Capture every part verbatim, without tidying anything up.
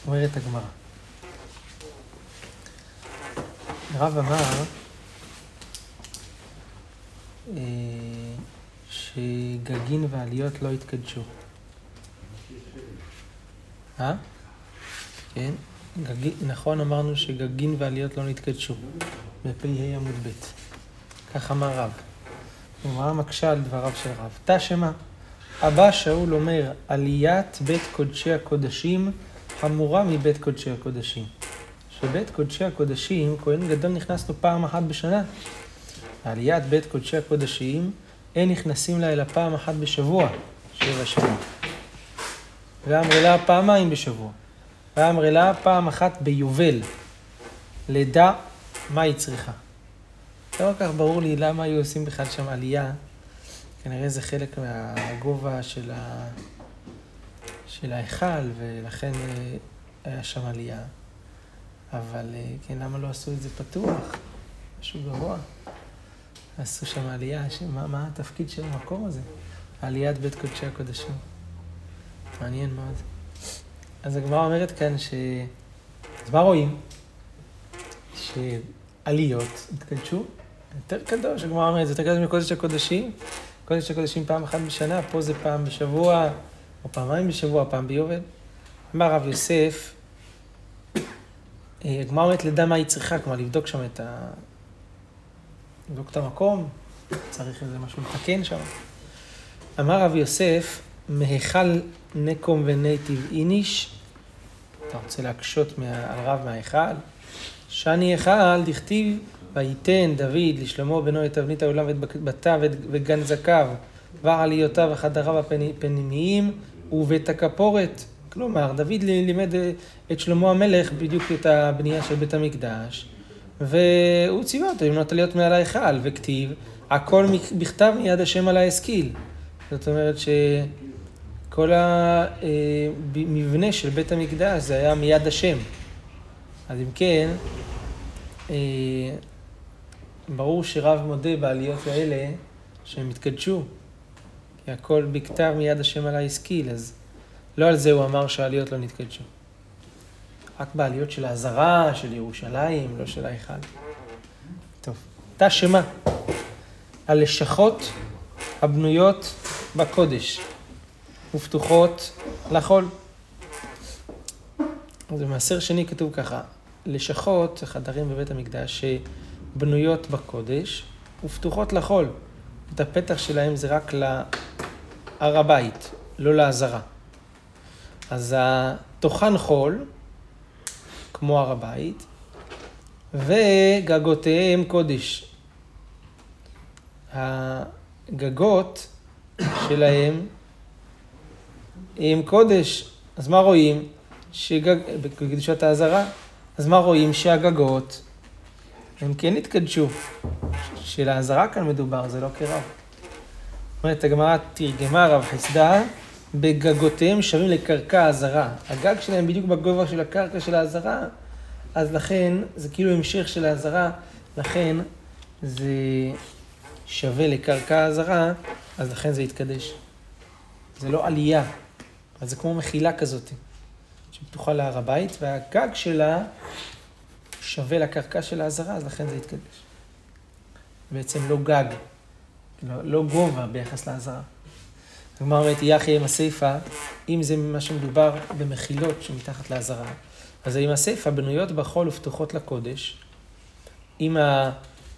אומרת הגמרא. הרב אמר אה, שגגין ועליות לא התקדשו. אה? כן? גגין, נכון אמרנו שגגין ועליות לא נתקדשו. בפ"ה עמוד ב'. כך אמר רב. הגמרא מקשה על דבריו של רב. תשמע, אבא שאול אומר, עליית בית קודשי הקודשים חמורה מבית קודשי הקודשים. שבית קודשי הקודשים, כהן גדול נכנסנו פעם אחת בשנה. עליית בית קודשי הקודשים, אין נכנסים לה אלא פעם אחת בשבוע, שבע שנים. ואמר לה פעמיים בשבוע. ואמר לה פעם אחת ביובל. לדע מה היא צריכה. לא כך ברור לי למה היו עושים בכלל שם עלייה. כנראה זה חלק מהגובה של, ה... של ההיכל, ולכן היה שם עלייה. אבל כן, למה לא עשו את זה פתוח? משהו גבוה. עשו שם עלייה, שמה, מה התפקיד של המקום הזה? עליית בית קודשי הקודשים. מעניין מאוד. אז הגמרא אומרת כאן ש... אז מה רואים? שעליות התקדשו. יותר קדוש, הגמרא אומרת, זה יותר קדוש מקודש הקודשים. קודש הקודשים פעם אחת בשנה, פה זה פעם בשבוע, או פעמיים בשבוע, פעם ביובל. אמר רב יוסף, הגמרא אומרת לדע מה היא צריכה, כלומר לבדוק שם את ה... לבדוק את המקום, צריך איזה משהו לתקן שם. אמר רב יוסף, מהיכל נקום ונייטיב איניש, אתה רוצה להקשות על רב מההיכל? שני היכל דכתיב, ויתן דוד לשלמה בנו את תבנית העולם ואת בתיו וגן זקיו ועליותיו וחדריו הפנימיים ובית הכפורת. כלומר, דוד לימד את שלמה המלך בדיוק את הבנייה של בית המקדש, והוא ציווה אותו לבנות עליות מעל ההיכל, וכתיב, הכל בכתב מיד השם על ההשכיל. זאת אומרת שכל המבנה של בית המקדש זה היה מיד השם. אז אם כן, ברור שרב מודה בעליות האלה שהם התקדשו, כי הכל בכתב מיד השם על ההשכיל, אז לא על זה הוא אמר שהעליות לא נתקדשו. רק בעליות של העזרה, של ירושלים, לא של ההיכל. טוב, תשמע, הלשכות הבנויות בקודש ופתוחות לחול. אז במעשר שני כתוב ככה, לשכות, חדרים בבית המקדש שבנויות בקודש ופתוחות לחול. את הפתח שלהם זה רק להר הבית, לא לעזרה. אז התוכן חול, כמו הר הבית, וגגותיהם קודש. הגגות שלהם הם קודש. אז מה רואים? שגג... בקדושת העזרה. אז מה רואים? שהגגות הם כן התקדשו. של העזרה כאן מדובר, זה לא כרב. זאת אומרת, הגמרא תרגמה רב חסדא, בגגותיהם שווים לקרקע העזרה. הגג שלהם בדיוק בגובה של הקרקע של העזרה, אז לכן זה כאילו המשך של העזרה, לכן זה שווה לקרקע העזרה, אז לכן זה יתקדש. זה לא עלייה, אז זה כמו מחילה כזאת, שפתוחה להר הבית, והגג שלה שווה לקרקע של העזרה, אז לכן זה יתקדש. בעצם לא גג, לא, לא גובה ביחס לעזרה. כלומר, אומרת, יחי עם הסיפה, אם זה מה שמדובר במחילות שמתחת לעזרה, אז עם הסיפה בנויות בחול ופתוחות לקודש, עם ה...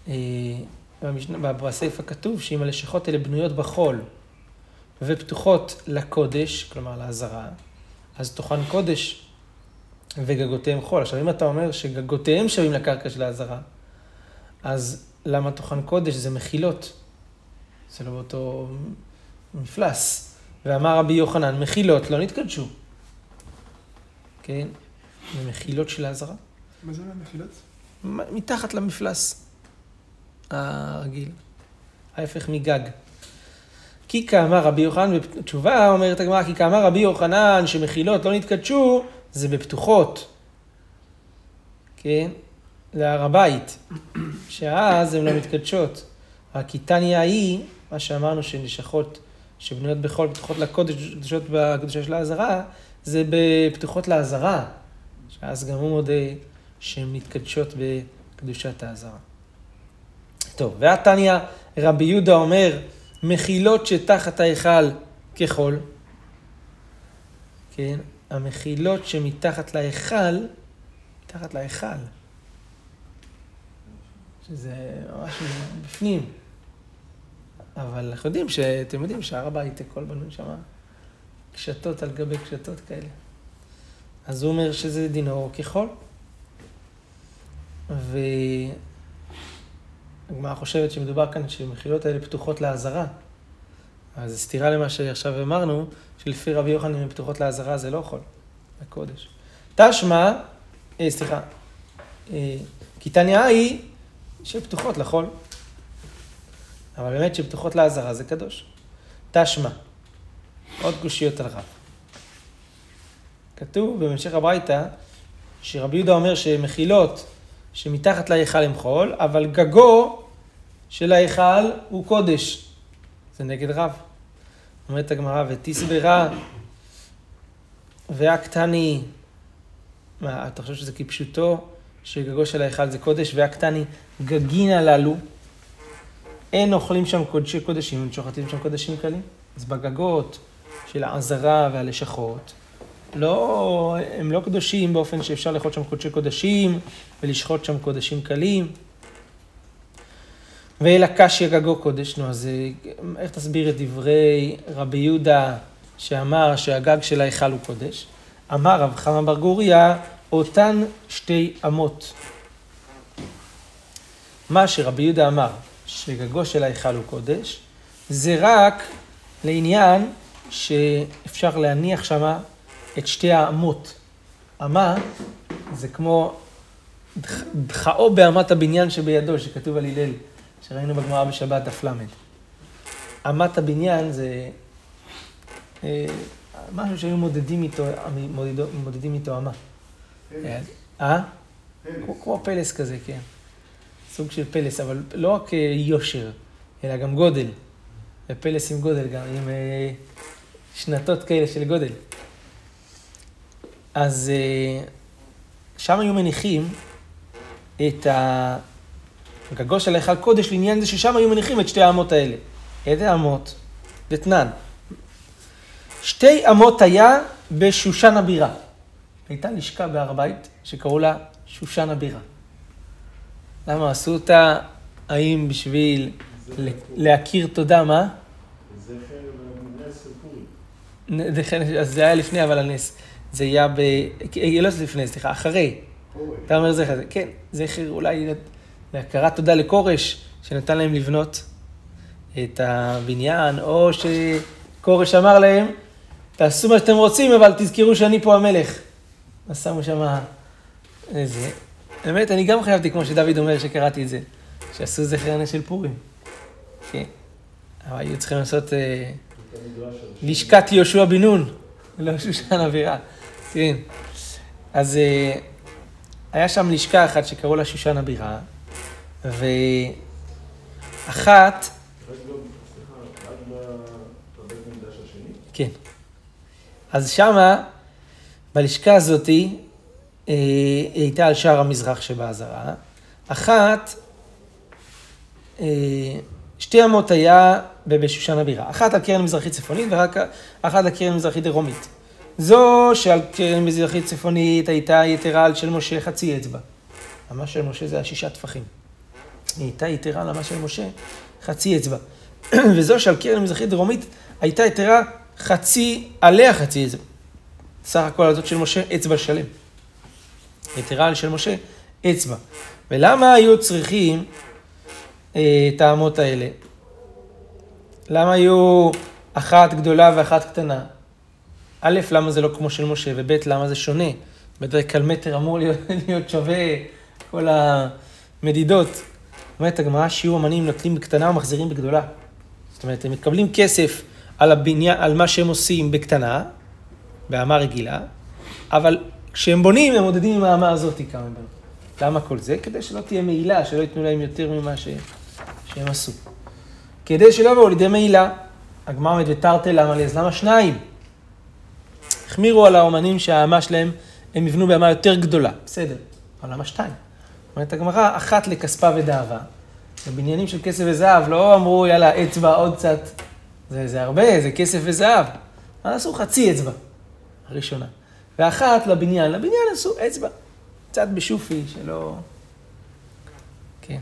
בסיפה כתוב שאם הלשכות האלה בנויות בחול ופתוחות לקודש, כלומר לעזרה, אז תוכן קודש וגגותיהם חול. עכשיו, אם אתה אומר שגגותיהם שווים לקרקע של העזרה, אז למה תוכן קודש? זה מחילות. זה לא באותו מפלס. ואמר רבי יוחנן, מחילות לא נתקדשו. כן? זה מחילות של העזרה. מה זה מחילות? מתחת למפלס הרגיל. ההפך מגג. כי כאמר רבי יוחנן, בתשובה אומרת הגמרא, כי כאמר רבי יוחנן שמחילות לא נתקדשו, זה בפתוחות. כן? להר הבית. שאז הן לא מתקדשות. הקיטניה היא, מה שאמרנו שנשכות שבנויות בחול, פתוחות לקודש, קדושות בקדושה של העזרה, זה בפתוחות לעזרה. שאז גם הוא מודה שהן מתקדשות בקדושת העזרה. טוב, והתניא רבי יהודה אומר, מחילות שתחת ההיכל כחול. כן, המחילות שמתחת להיכל, מתחת להיכל. שזה ממש בפנים. אבל אנחנו יודעים שאתם יודעים שהר הבית, הכל בנוי שם קשתות על גבי קשתות כאלה. אז הוא אומר שזה דינו כחול. והגמרא חושבת שמדובר כאן שמחילות האלה פתוחות לעזרה. אז זה סתירה למה שעכשיו אמרנו, שלפי רבי יוחנן אם הן פתוחות לעזרה זה לא חול, זה קודש. תשמע, אה, סליחה, אה, כי תניא היא שפתוחות לחול, אבל באמת שפתוחות לעזרה זה קדוש. תשמע, עוד קושיות על רב. כתוב בהמשך הברייתא, שרבי יהודה אומר שמחילות שמתחת להיכל הם חול, אבל גגו של ההיכל הוא קודש. זה נגד רב. אומרת הגמרא, ותסברה והקטני, מה, אתה חושב שזה כפשוטו, שגגו של ההיכל זה קודש, והקטני גגין הללו, אין אוכלים שם קודשי קודשים, הם שוחטים שם קודשים קלים. אז בגגות של העזרה והלשכות, לא, הם לא קדושים באופן שאפשר לאכול שם קודשי קודשים, ולשחוט שם קודשים קלים. ואל הקשיא גגו קודש, נו, אז איך תסביר את דברי רבי יהודה שאמר שהגג של ההיכל הוא קודש? אמר רב חמא בר גוריא, אותן שתי אמות. מה שרבי יהודה אמר, שגגו של ההיכל הוא קודש, זה רק לעניין שאפשר להניח שמה את שתי האמות. אמה זה כמו דחאו באמת הבניין שבידו, שכתוב על הלל, שראינו בגמרא בשבת דף למד. אמת הבניין זה אה, משהו שהיו מודדים איתו, מודדו, מודדים איתו אמה. פלס. אה? פלס. כמו, כמו פלס כזה, כן. סוג של פלס, אבל לא רק יושר, אלא גם גודל. ופלס עם גודל גם, עם אה, שנתות כאלה של גודל. אז אה, שם היו מניחים את הגגו של ההיכל קודש לעניין זה ששם היו מניחים את שתי האמות האלה. איזה אמות? דתנן. שתי אמות היה בשושן הבירה. הייתה לשכה בהר הבית שקראו לה שושן הבירה. למה עשו אותה? האם בשביל להכיר תודה, מה? זה נס פורים. אז זה היה לפני, אבל הנס. זה היה ב... לא לפני, סליחה, אחרי. אתה אומר זכר, כן, זכר אולי להכרת תודה לקורש, שנתן להם לבנות את הבניין, או שקורש אמר להם, תעשו מה שאתם רוצים, אבל תזכרו שאני פה המלך. אז שמו שם איזה... באמת, אני גם חייבתי, כמו שדוד אומר שקראתי את זה, שעשו זכר הנס של פורים. כן. אבל היו צריכים לעשות לשכת יהושע בן נון, לא שושן הבירה. כן. אז היה שם לשכה אחת שקראו לה שושן הבירה, ואחת... סליחה, עד לבית מקדש השני? כן. אז שמה, בלשכה הזאת, היא הייתה על שער המזרח שבעזרה. אחת, שתי אמות היה בשושן הבירה. אחת על קרן מזרחית צפונית, ורק אחת על קרן מזרחית דרומית. זו שעל קרן מזרחית צפונית הייתה יתרה על של משה חצי אצבע. המה של משה זה השישה טפחים. היא הייתה יתרה על המה של משה חצי אצבע. וזו שעל קרן מזרחית דרומית הייתה יתרה חצי, עליה חצי אצבע. סך הכל הזאת של משה אצבע שלם. יתרה על של משה אצבע. ולמה היו צריכים אה, את האמות האלה? למה היו אחת גדולה ואחת קטנה? א', למה זה לא כמו של משה, וב', למה זה שונה? בדרך כלל מטר אמור להיות, להיות שווה כל המדידות. זאת אומרת, הגמרא שיעור אמנים נוטלים בקטנה ומחזירים בגדולה. זאת אומרת, הם מקבלים כסף על, הבניין, על מה שהם עושים בקטנה, באמה רגילה, אבל כשהם בונים, הם מודדים עם האמה הזאת כמה בנות. למה כל זה? כדי שלא תהיה מעילה, שלא ייתנו להם יותר ממה ש... שהם עשו. כדי שלא יבואו לידי מעילה, הגמרא אומרת ותרתי למה לי, אז למה שניים? החמירו על האומנים שהאמה שלהם הם יבנו בהמה יותר גדולה. בסדר, אבל למה שתיים? אומרת הגמרא, אחת לכספה ודאבה. בבניינים של כסף וזהב לא אמרו, יאללה, אצבע עוד קצת. זה, זה הרבה, זה כסף וזהב. אז עשו חצי אצבע, הראשונה. ואחת לבניין, לבניין עשו אצבע. קצת בשופי, שלא... כן.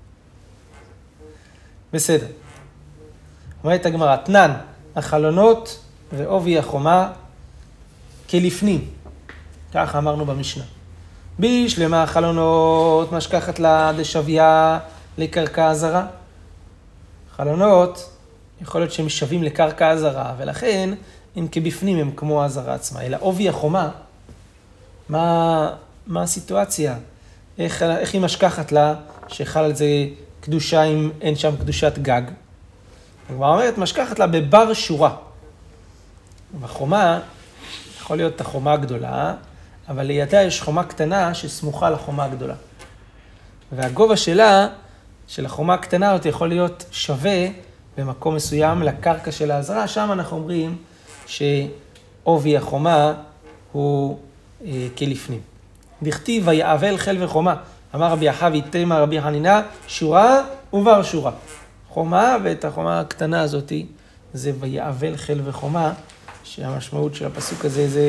בסדר. אומרת הגמרא, תנן, החלונות ועובי החומה כלפנים. ככה אמרנו במשנה. בשלמה החלונות משכחת לה דשוויה לקרקע הזרה. חלונות יכול להיות שהם שווים לקרקע הזרה, ולכן הם כבפנים הם כמו הזרה עצמה. אלא עובי החומה, מה, מה הסיטואציה? איך, איך היא משכחת לה שחל על זה קדושה אם אין שם קדושת גג? הגמרא אומרת, משכחת לה בבר שורה. בחומה, יכול להיות את החומה הגדולה, אבל לידה יש חומה קטנה שסמוכה לחומה הגדולה. והגובה שלה, של החומה הקטנה הזאת, יכול להיות שווה במקום מסוים לקרקע של העזרה. שם אנחנו אומרים שעובי החומה הוא אה, כלפנים. דכתיב ויעבל חיל וחומה. אמר רבי אחאב תימא רבי חנינא, שורה ובר שורה. חומה, ואת החומה הקטנה הזאת זה ויעבל חיל וחומה, שהמשמעות של הפסוק הזה זה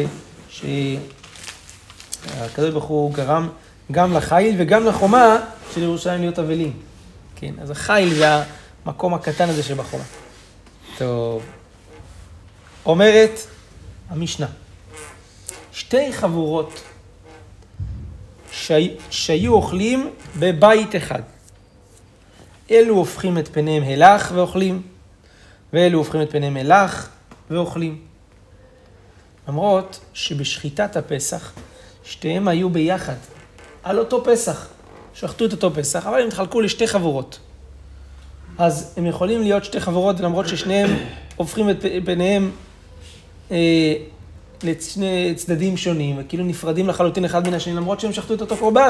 שהקדוש ברוך הוא גרם גם לחיל וגם לחומה של ירושלים להיות אבלים. כן, אז החיל זה המקום הקטן הזה שבחומה. טוב. אומרת המשנה, שתי חבורות שי, שהיו אוכלים בבית אחד. אלו הופכים את פניהם הלך ואוכלים, ואלו הופכים את פניהם הלך ואוכלים. למרות שבשחיטת הפסח, שתיהם היו ביחד, על אותו פסח, שחטו את אותו פסח, אבל הם התחלקו לשתי חבורות. אז הם יכולים להיות שתי חבורות, למרות ששניהם הופכים את פניהם אה, לשני צדדים שונים, וכאילו נפרדים לחלוטין אחד מן השני, למרות שהם שחטו את אותו קורבן.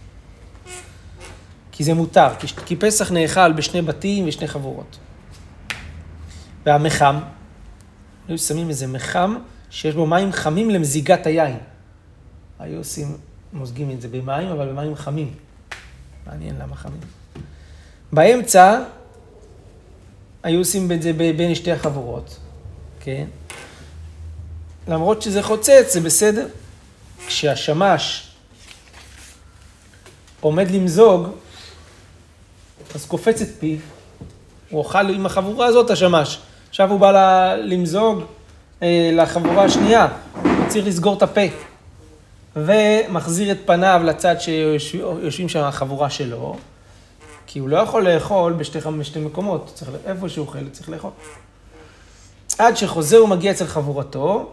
כי זה מותר, כי, כי פסח נאכל בשני בתים ושני חבורות. והמחם, היו שמים איזה מחם שיש בו מים חמים למזיגת היין. היו עושים, מוזגים את זה במים, אבל במים חמים. מעניין למה חמים. באמצע, היו עושים את זה בין שתי החבורות. כן? למרות שזה חוצץ, זה בסדר. כשהשמש עומד למזוג, אז קופץ את פיו, הוא אוכל עם החבורה הזאת השמש. עכשיו הוא בא למזוג אה, לחבורה השנייה, הוא צריך לסגור את הפה, ומחזיר את פניו לצד שיושבים שם החבורה שלו, כי הוא לא יכול לאכול בשתי, בשתי מקומות, צריך, איפה שהוא אוכל, צריך לאכול. עד שחוזר הוא מגיע אצל חבורתו,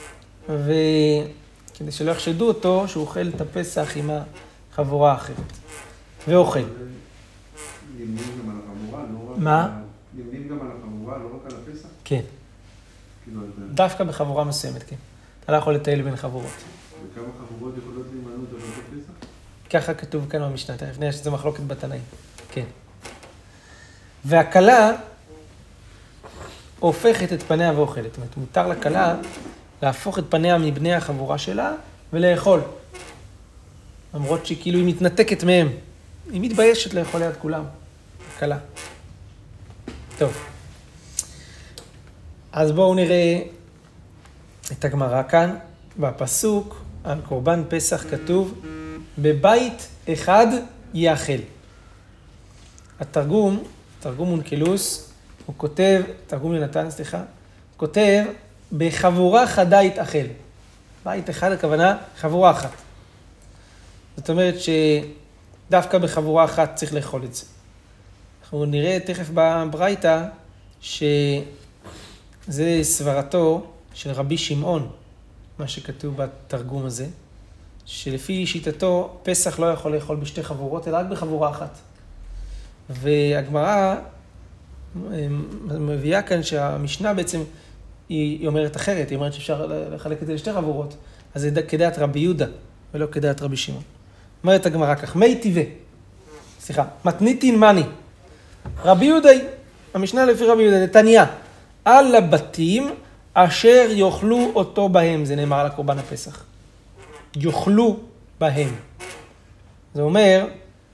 וכדי שלא יחשדו אותו, שהוא אוכל את הפסח עם החבורה האחרת, ואוכל. נמנים גם על החבורה, לא רק... מה? נמנים גם על החבורה, לא רק על הפסח? כן. דווקא בחבורה מסוימת, כן. אתה לא יכול לטייל בין חבורות. וכמה חבורות יכולות להימנות על אותו פסח? ככה כתוב כאן במשנה, לפני יש איזו מחלוקת בתנאים. כן. והכלה הופכת את פניה ואוכלת. זאת אומרת, מותר לכלה להפוך את פניה מבני החבורה שלה ולאכול. למרות שכאילו היא מתנתקת מהם. היא מתביישת לאכול ליד כולם. הכלה. טוב. אז בואו נראה את הגמרא כאן. בפסוק על קורבן פסח כתוב, בבית אחד יאכל. התרגום, תרגום אונקלוס, הוא כותב, תרגום יונתן, סליחה, כותב, בחבורה חדה יתאכל. בית אחד, הכוונה, חבורה אחת. זאת אומרת שדווקא בחבורה אחת צריך לאכול את זה. אנחנו נראה תכף בברייתא, שזה סברתו של רבי שמעון, מה שכתוב בתרגום הזה, שלפי שיטתו פסח לא יכול לאכול בשתי חבורות, אלא רק בחבורה אחת. והגמרא מביאה כאן שהמשנה בעצם היא אומרת אחרת, היא אומרת שאפשר לחלק את זה לשתי חבורות, אז זה כדעת רבי יהודה ולא כדעת רבי שמעון. אומרת הגמרא כך, מי טבעי, סליחה, מתניתין מני, רבי יהודה, המשנה לפי רבי יהודה, נתניה, על הבתים אשר יאכלו אותו בהם, זה נאמר על הקורבן הפסח. יאכלו בהם. זה אומר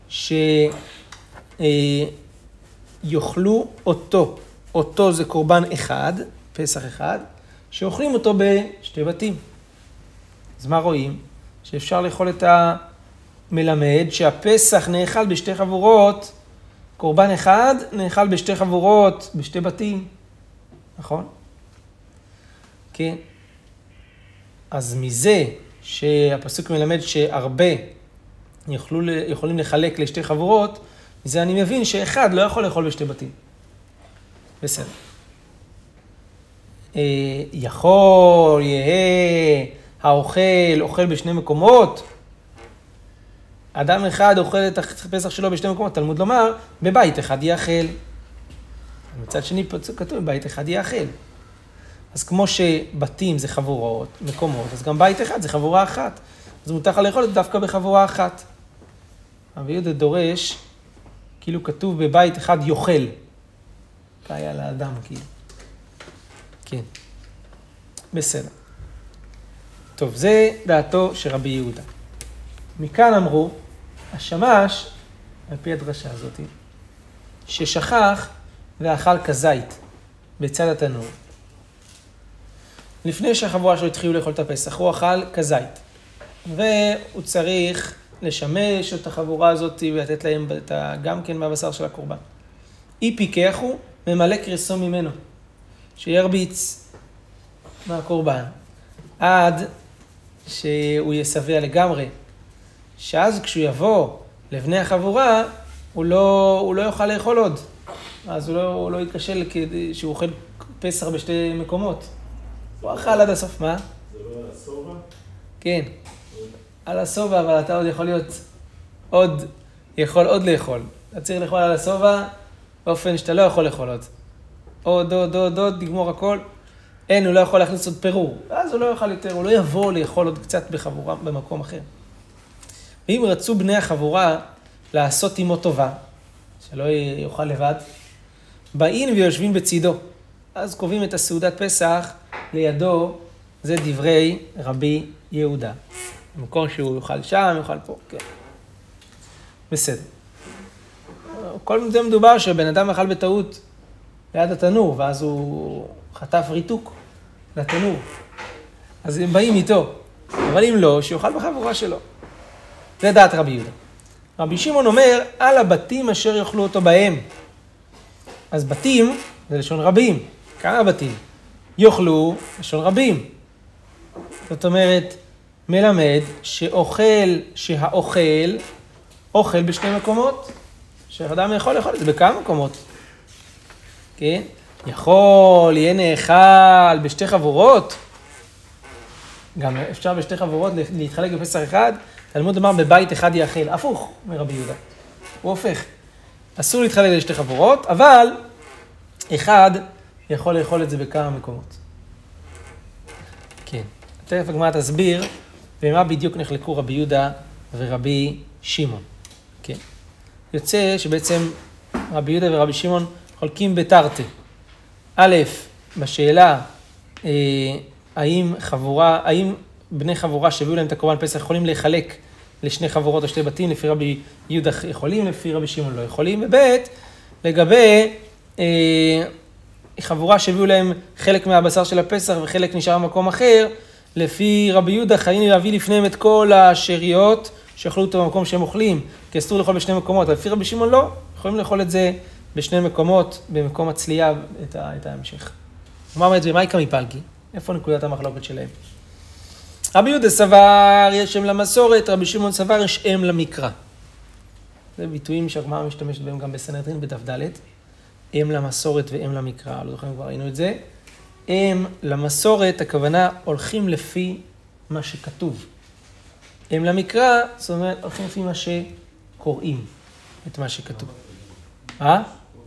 שיאכלו אותו. אותו זה קורבן אחד, פסח אחד, שאוכלים אותו בשתי בתים. אז מה רואים? שאפשר לאכול את המלמד, שהפסח נאכל בשתי חבורות, קורבן אחד נאכל בשתי חבורות, בשתי בתים. נכון? כן. אז מזה שהפסוק מלמד שהרבה יוכלו, יכולים לחלק לשתי חבורות, מזה אני מבין שאחד לא יכול לאכול בשתי בתים. בסדר. יכול, יהיה, האוכל, אוכל בשני מקומות. אדם אחד אוכל את הפסח שלו בשני מקומות, תלמוד לומר, בבית אחד יאכל. מצד שני כתוב, בבית אחד יאכל. אז כמו שבתים זה חבורות, מקומות, אז גם בית אחד זה חבורה אחת. אז מותר לאכול את דווקא בחבורה אחת. רבי יהודה דורש, כאילו כתוב בבית אחד יאכל. היה לאדם כאילו. כן. בסדר. טוב, זה דעתו של רבי יהודה. מכאן אמרו, השמש, על פי הדרשה הזאת, ששכח ואכל כזית בצד התנור. לפני שהחבורה שלו התחילו לאכול את הפסח, הוא אכל כזית. והוא צריך לשמש את החבורה הזאת ולתת להם גם כן מהבשר של הקורבן. אי פיקח הוא ממלא קריסו ממנו, שירביץ מהקורבן, עד שהוא יסבע לגמרי, שאז כשהוא יבוא לבני החבורה, הוא לא, הוא לא יוכל לאכול עוד. אז הוא לא, הוא לא יתקשל שהוא אוכל פסח בשתי מקומות. הוא אכל עד הסוף, מה? זה לא על הסובה? כן, על הסובה, אבל אתה עוד יכול להיות עוד, יכול עוד לאכול. אתה צריך לאכול על הסובה, באופן שאתה לא יכול לאכול עוד. עוד, עוד, עוד, עוד, נגמור הכל. אין, הוא לא יכול להכניס עוד פירור. אז הוא לא יוכל יותר, הוא לא יבוא לאכול עוד קצת בחבורה במקום אחר. ואם רצו בני החבורה לעשות עמו טובה, שלא יאכל לבד, באים ויושבים בצידו. אז קובעים את הסעודת פסח לידו, זה דברי רבי יהודה. במקום שהוא יאכל שם, יאכל פה, כן. בסדר. כל זה מדובר שבן אדם אכל בטעות ליד התנור, ואז הוא חטף ריתוק לתנור. אז הם באים איתו, אבל אם לא, שיאכל בחבורה שלו. זה דעת רבי יהודה. רבי שמעון אומר, על הבתים אשר יאכלו אותו בהם. אז בתים, זה לשון רבים. כמה בתים? יאכלו לשון רבים. זאת אומרת, מלמד שאוכל, שהאוכל, אוכל בשני מקומות. שאדם יכול לאכול את זה בכמה מקומות. כן? יכול, יהיה נאכל בשתי חבורות. גם אפשר בשתי חבורות להתחלק בפסח אחד. תלמוד אמר בבית אחד יאכל. הפוך מרבי יהודה. הוא הופך. אסור להתחלק לשתי חבורות, אבל אחד יכול לאכול את זה בכמה מקומות. כן. תכף הגמרא תסביר במה בדיוק נחלקו רבי יהודה ורבי שמעון. כן. יוצא שבעצם רבי יהודה ורבי שמעון חולקים בתרתי. א', בשאלה, אה, האם חבורה, האם בני חבורה שהביאו להם את הקורבן פסח יכולים לחלק לשני חבורות או שתי בתים, לפי רבי יהודה יכולים, לפי רבי שמעון לא יכולים. וב', לגבי אה, חבורה שהביאו להם חלק מהבשר של הפסח וחלק נשאר במקום אחר, לפי רבי יהודה חייבים להביא לפניהם את כל השאריות שאכלו אותו במקום שהם אוכלים, כי אסור לאכול בשני מקומות. לפי רבי שמעון לא, יכולים לאכול את זה בשני מקומות, במקום הצלייה, את, ה, את ההמשך. מה אומרת זה? מה יקרה מפלגי? איפה נקודת המחלוקת שלהם? רבי יהודה סבר יש שם למסורת, רבי שמעון סבר יש אם למקרא. זה ביטויים שהגמרא משתמשת בהם גם בסנהדרין בדף ד', אם למסורת ואם למקרא, לא זוכרים כבר ראינו את זה. אם למסורת, הכוונה הולכים לפי מה שכתוב. אם למקרא, זאת אומרת, הולכים לפי מה שקוראים את מה שכתוב. אה?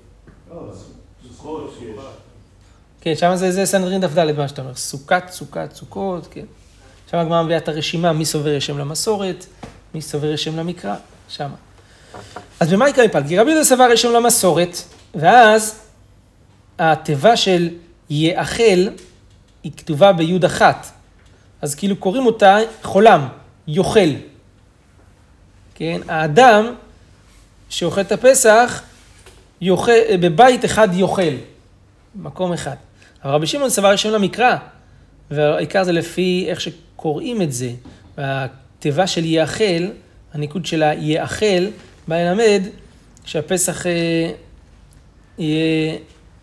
כן, שם זה, זה סנהדרין דף ד' מה שאתה אומר, סוכת, סוכת, סוכות, כן. שם הגמרא מביאה את הרשימה, מי סובר יש שם למסורת, מי סובר יש שם למקרא, שם. אז במה יקרה מפלגי? רבי יהודה סבר יש שם למסורת, ואז התיבה של יאכל היא כתובה ביוד אחת. אז כאילו קוראים אותה חולם, יוכל. כן? האדם שאוכל את הפסח, יוכל, בבית אחד יוכל, מקום אחד. אבל רבי שמעון סבר ראשון למקרא, והעיקר זה לפי איך שקוראים את זה, והטבע של יאכל, הניקוד שלה יאכל, בא ללמד שהפסח אה, יהיה,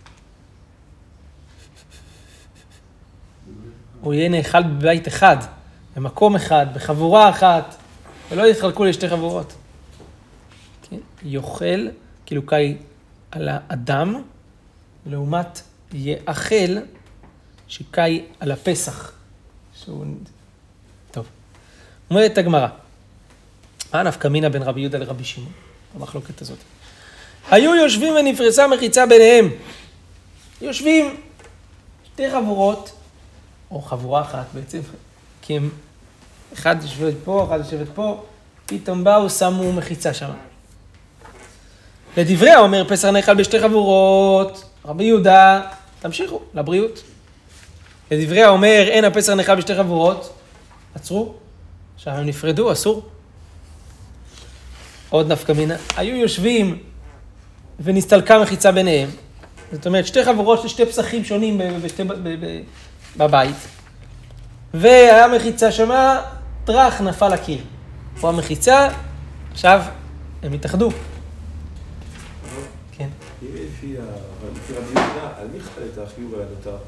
הוא יהיה נאכל בבית אחד, במקום אחד, בחבורה אחת, ולא יתחלקו לשתי חבורות. כן? יאכל, כאילו קאי על האדם, לעומת יאכל, שקאי על הפסח. שהוא... טוב. אומרת הגמרא, מה נפקא מינה בין רבי יהודה לרבי שמעון? המחלוקת הזאת. היו יושבים ונפרסה מחיצה ביניהם. יושבים שתי חבורות, או חבורה אחת בעצם, כי הם אחד יושבת פה, אחד יושבת פה, פתאום באו, שמו מחיצה שם. לדברי האומר, פסח נאכל בשתי חבורות, רבי יהודה, תמשיכו, לבריאות. לדברי האומר, אין הפסח נאכל בשתי חבורות, עצרו, עכשיו הם נפרדו, אסור. עוד נפקא מינה, היו יושבים ונסתלקה מחיצה ביניהם. זאת אומרת, שתי חבורות של שתי פסחים שונים בשתי, בבית. והיה מחיצה שמה, טרח נפל הקיר. פה המחיצה, עכשיו הם התאחדו. כן. אם לפי רבי יהודה, על מי חל את החיוב על הנותר?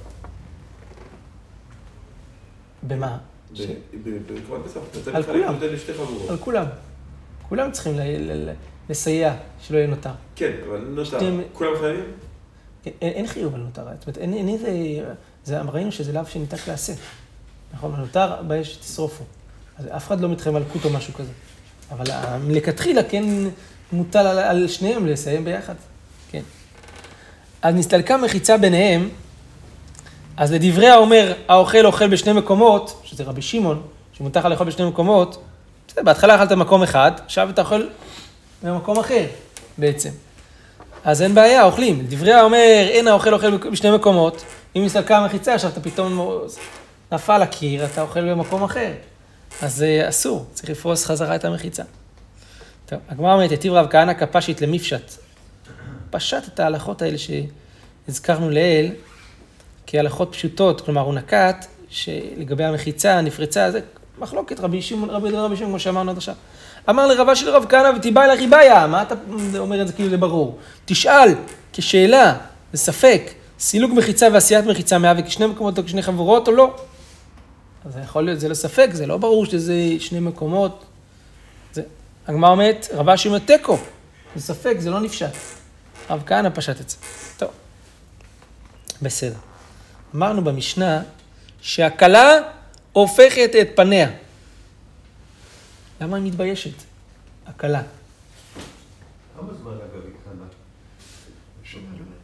במה? בקרבת פסח. על כולם. על כולם. כולם צריכים לסייע שלא יהיה נותר. כן, אבל נותר. כולם חייבים? אין חיוב על נותר. זאת אומרת, אין איזה... ראינו שזה לאו שניתק לעשה. נכון, הנותר באש תשרופו. אז אף אחד לא מתחייב על קוט או משהו כזה. אבל לכתחילה כן מוטל על שניהם לסיים ביחד. כן. אז נסתלקה מחיצה ביניהם, אז לדברי האומר, האוכל אוכל בשני מקומות, שזה רבי שמעון, שמותר לך לאכול בשני מקומות, בהתחלה אכלת במקום אחד, עכשיו אתה אוכל במקום אחר בעצם. אז אין בעיה, אוכלים. לדברי האומר, אין האוכל אוכל בשני מקומות, אם נסתלקה המחיצה, עכשיו אתה פתאום נפל הקיר, אתה אוכל במקום אחר. אז זה אסור, צריך לפרוס חזרה את המחיצה. טוב, הגמרא אומרת, היטיב רב כהנא כפשית למפשט. פשט את ההלכות האלה שהזכרנו לעיל, כהלכות פשוטות, כלומר הוא נקט, שלגבי המחיצה, הנפרצה, זה מחלוקת רבי שמעון, רבי רבי שמעון, כמו שאמרנו עד עכשיו. אמר לרבה של רב כהנא, ותיבאי לך איבאיה, מה אתה אומר את זה כאילו לברור? תשאל, כשאלה, בספק, סילוק מחיצה ועשיית מחיצה מהווה כשני מקומות או כשני חבורות או לא? אז זה יכול להיות, זה לא ספק, זה לא ברור שזה שני מקומות. זה, הגמרא אומרת, רבה שמעון תיקו, זה ספק, זה לא נפשט. רב כהנא פשט את זה. טוב, בסדר. אמרנו במשנה שהכלה הופכת את פניה. למה היא מתביישת? הכלה. כמה זמן אגב היא קטנה? שנה.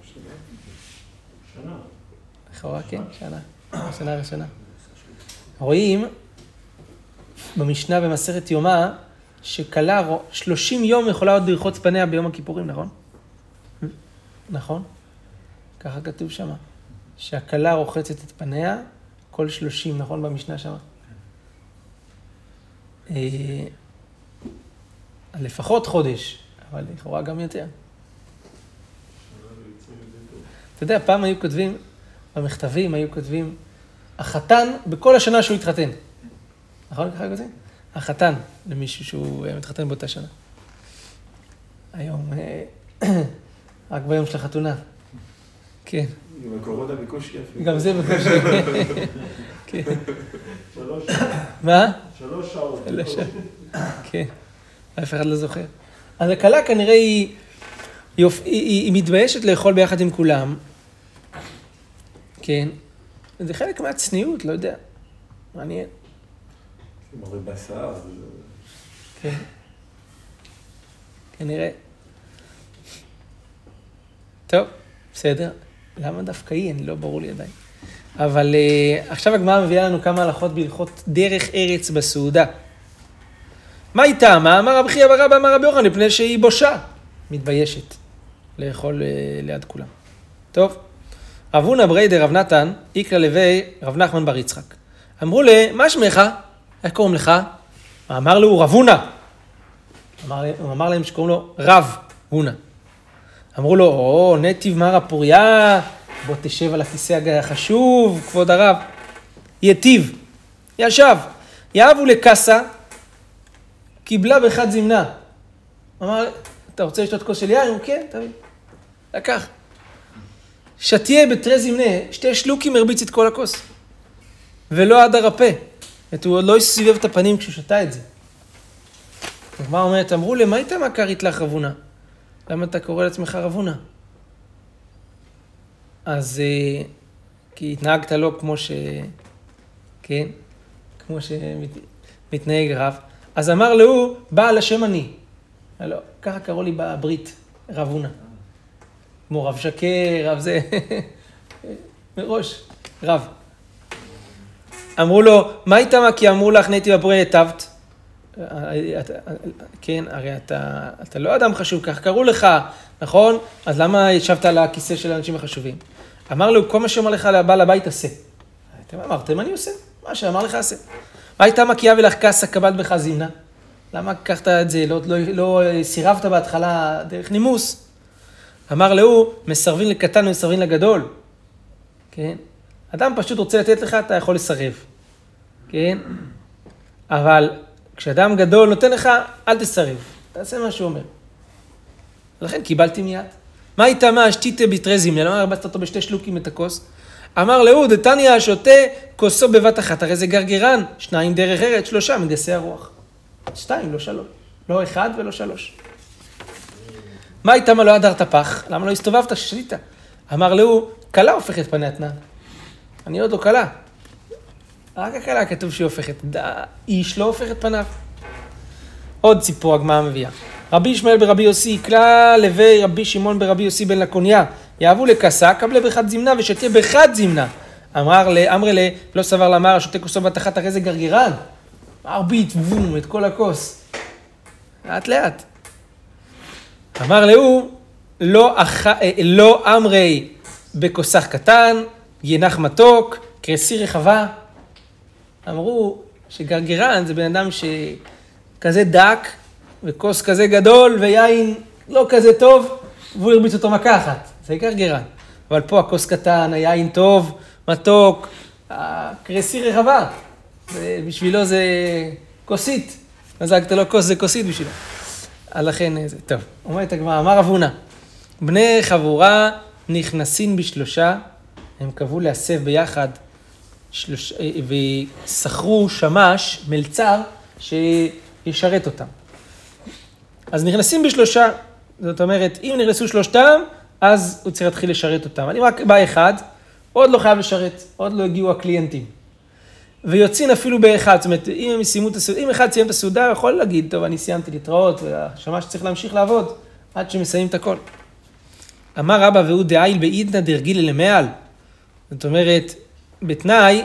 שנה. לכאורה כן, שנה. שנה ראשונה. רואים במשנה במסכת יומא, שכלה שלושים יום יכולה עוד לרחוץ פניה ביום הכיפורים, נכון? נכון? ככה כתוב שם. שהכלה רוחצת את פניה כל שלושים, נכון במשנה שם? לפחות חודש, אבל לכאורה גם יותר. אתה יודע, פעם היו כותבים, במכתבים היו כותבים, החתן בכל השנה שהוא התחתן. נכון ככה כותבים? החתן למישהו שהוא מתחתן באותה שנה. היום, רק ביום של החתונה. כן. עם הקורונה בקושי יפה. גם זה בקושי. כן. שלוש שעות. מה? שלוש שעות. שלוש שעות. כן. אף אחד לא זוכר. אז הכלה כנראה היא, היא, היא, היא מתביישת לאכול ביחד עם כולם. כן. זה חלק מהצניעות, לא יודע. מעניין. מראה בשר. כן. כנראה. טוב, בסדר. למה דווקא היא? אני לא ברור לי עדיין. אבל uh, עכשיו הגמרא מביאה לנו כמה הלכות בהלכות דרך ארץ בסעודה. מה היא טעמה? אמר רבי חייא בר אבא אמר רבי יוחנן, מפני שהיא בושה. מתביישת לאכול uh, ליד כולם. טוב. רב הונא בריידא רב נתן, איקרא לוי רב נחמן בר יצחק. אמרו לי, מה שמך? איך קוראים לך? אמר לו, רב הונא. אמר, הוא אמר להם שקוראים לו רב הונא. אמרו לו, או, נתיב מר הפוריה, בוא תשב על הכיסא החשוב, כבוד הרב. יתיב, ישב, יאהבו לקסה, קיבלה באחד זמנה. אמר, אתה רוצה לשתות כוס של יין? כן, תביא. לקח. שתיה בתרי זמנה, שתי שלוקים הרביץ את כל הכוס. ולא עד הרפה. הוא עוד לא סיבב את הפנים כשהוא שתה את זה. מה אומרת? אמרו לי, מה הייתה מכרית לך רב הונא? למה אתה קורא לעצמך רב הונא? אז, כי התנהגת לו כמו ש... כן? כמו שמתנהג רב. אז אמר לו, בעל השם אני. לא, ככה קראו לי בברית, רב הונא. כמו רב שקר, רב זה... מראש, רב. אמרו לו, מה איתה מה? כי אמרו לך, נהייתי בפוריה היטבת. כן, הרי אתה, אתה לא אדם חשוב, כך קראו לך, נכון? אז למה ישבת על הכיסא של האנשים החשובים? אמר לו, כל מה שאומר לך לבעל הבית עשה. אתם אמרתם, אני עושה. מה שאמר לך עשה. מה איתה מקיאה ולך כסה קבלת בך זמנה? למה לקחת את זה? לא, לא, לא סירבת בהתחלה דרך נימוס. אמר לו, מסרבים לקטן ומסרבים לגדול. כן? אדם פשוט רוצה לתת לך, אתה יכול לסרב. כן? אבל כשאדם גדול נותן לך, אל תסרב. תעשה מה שהוא אומר. לכן קיבלתי מיד. מה איתה מה? שתיתה בתרי זמנה. למה הרבצת אותו בשתי שלוקים את הכוס? אמר לו, דתניא שותה כוסו בבת אחת. הרי זה גרגרן. שניים דרך ארץ, שלושה מגסי הרוח. שתיים, לא שלוש. לא אחד ולא שלוש. מה איתה מה לא הדרת פח? למה לא הסתובבת ששתית? אמר לו, קלה הופכת פני אתנן. אני עוד לא קלה. רק הקלה כתוב שהיא הופכת. איש לא הופכת פניו. עוד סיפור הגמרא מביאה. רבי ישמעאל ברבי יוסי כלל לבי רבי שמעון ברבי יוסי בן לקוניה. יאהבו לקסה, קבלה באחד זמנה ושתיה באחד זמנה. אמר לה, אמר לה, לא סבר לאמר, שותה כוסו בת אחת, הרי זה גרגרן. מרביט, בום, את כל הכוס. לאט לאט. אמר לו, לא, אח... לא אמרי בכוסך קטן, ינח מתוק, קרסי רחבה. אמרו שגרגרן זה בן אדם שכזה דק, וכוס כזה גדול, ויין לא כזה טוב, והוא הרביץ אותו מכה אחת. זה גרגרן. אבל פה הכוס קטן, היין טוב, מתוק, הקרסי רחבה. בשבילו זה כוסית. מזגת לו כוס, זה כוסית בשבילו. לכן זה טוב. אומרת הגמרא, אמר רב הונא, בני חבורה נכנסים בשלושה, הם קבעו להסב ביחד, שלוש... וסחרו שמש, מלצר, שישרת אותם. אז נכנסים בשלושה, זאת אומרת, אם נכנסו שלושתם, אז הוא צריך להתחיל לשרת אותם. אני רק בא אחד, עוד לא חייב לשרת, עוד לא הגיעו הקליינטים. ויוצאים אפילו באחד, זאת אומרת, אם הם סיימו את הסעודה, אם אחד סיים את הסעודה, הוא יכול להגיד, טוב, אני סיימתי להתראות, והשמש צריך להמשיך לעבוד, עד שמסיים את הכל. אמר רבא והוא דעיל בעידנא דרגילה למעל. זאת אומרת, בתנאי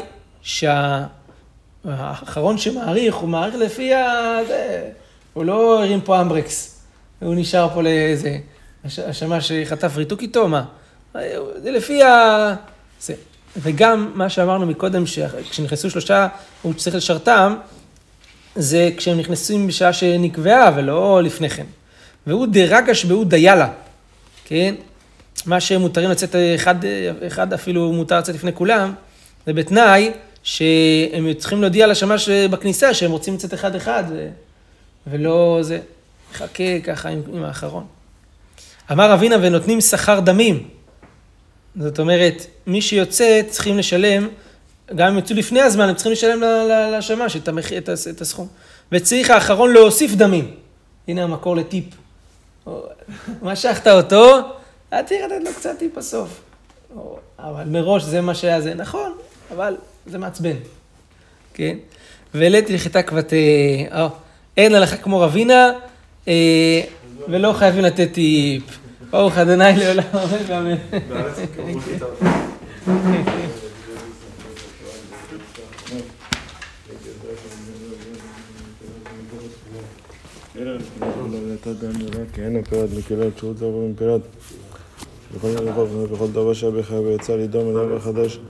שהאחרון שמעריך, הוא מעריך לפי ה... הוא לא הרים פה אמברקס, הוא נשאר פה לאיזה... השמש שחטף ריתוק איתו, מה? זה לפי ה... זה. וגם מה שאמרנו מקודם, שכשנכנסו שלושה, הוא צריך לשרתם, זה כשהם נכנסים בשעה שנקבעה, ולא לפני כן. והוא דרגש והוא דיילה, כן? מה שמותרים לצאת אחד, אחד אפילו מותר לצאת לפני כולם, זה בתנאי שהם צריכים להודיע לשמש בכניסה, שהם רוצים לצאת אחד אחד, ולא זה, חכה ככה עם, עם האחרון. אמר אבינה ונותנים שכר דמים, זאת אומרת, מי שיוצא צריכים לשלם, גם אם יוצאו לפני הזמן, הם צריכים לשלם לשמש את, המח... את הסכום. וצריך האחרון להוסיף דמים. הנה המקור לטיפ. משכת אותו, אתה צריך לתת לו קצת טיפ בסוף. אבל מראש זה מה שהיה זה, נכון, אבל זה מעצבן. כן? והעליתי לחיטה כבת, אה, אין עליך כמו רבינה, אה, ולא חייבים לתת טיפ. ברוך אדוני לעולם אמן ואמן. כן, הפירות מקהילות שירות לעבור מפירות. בכל דבר שהיה בחיה ויצא לידום אדם החדש.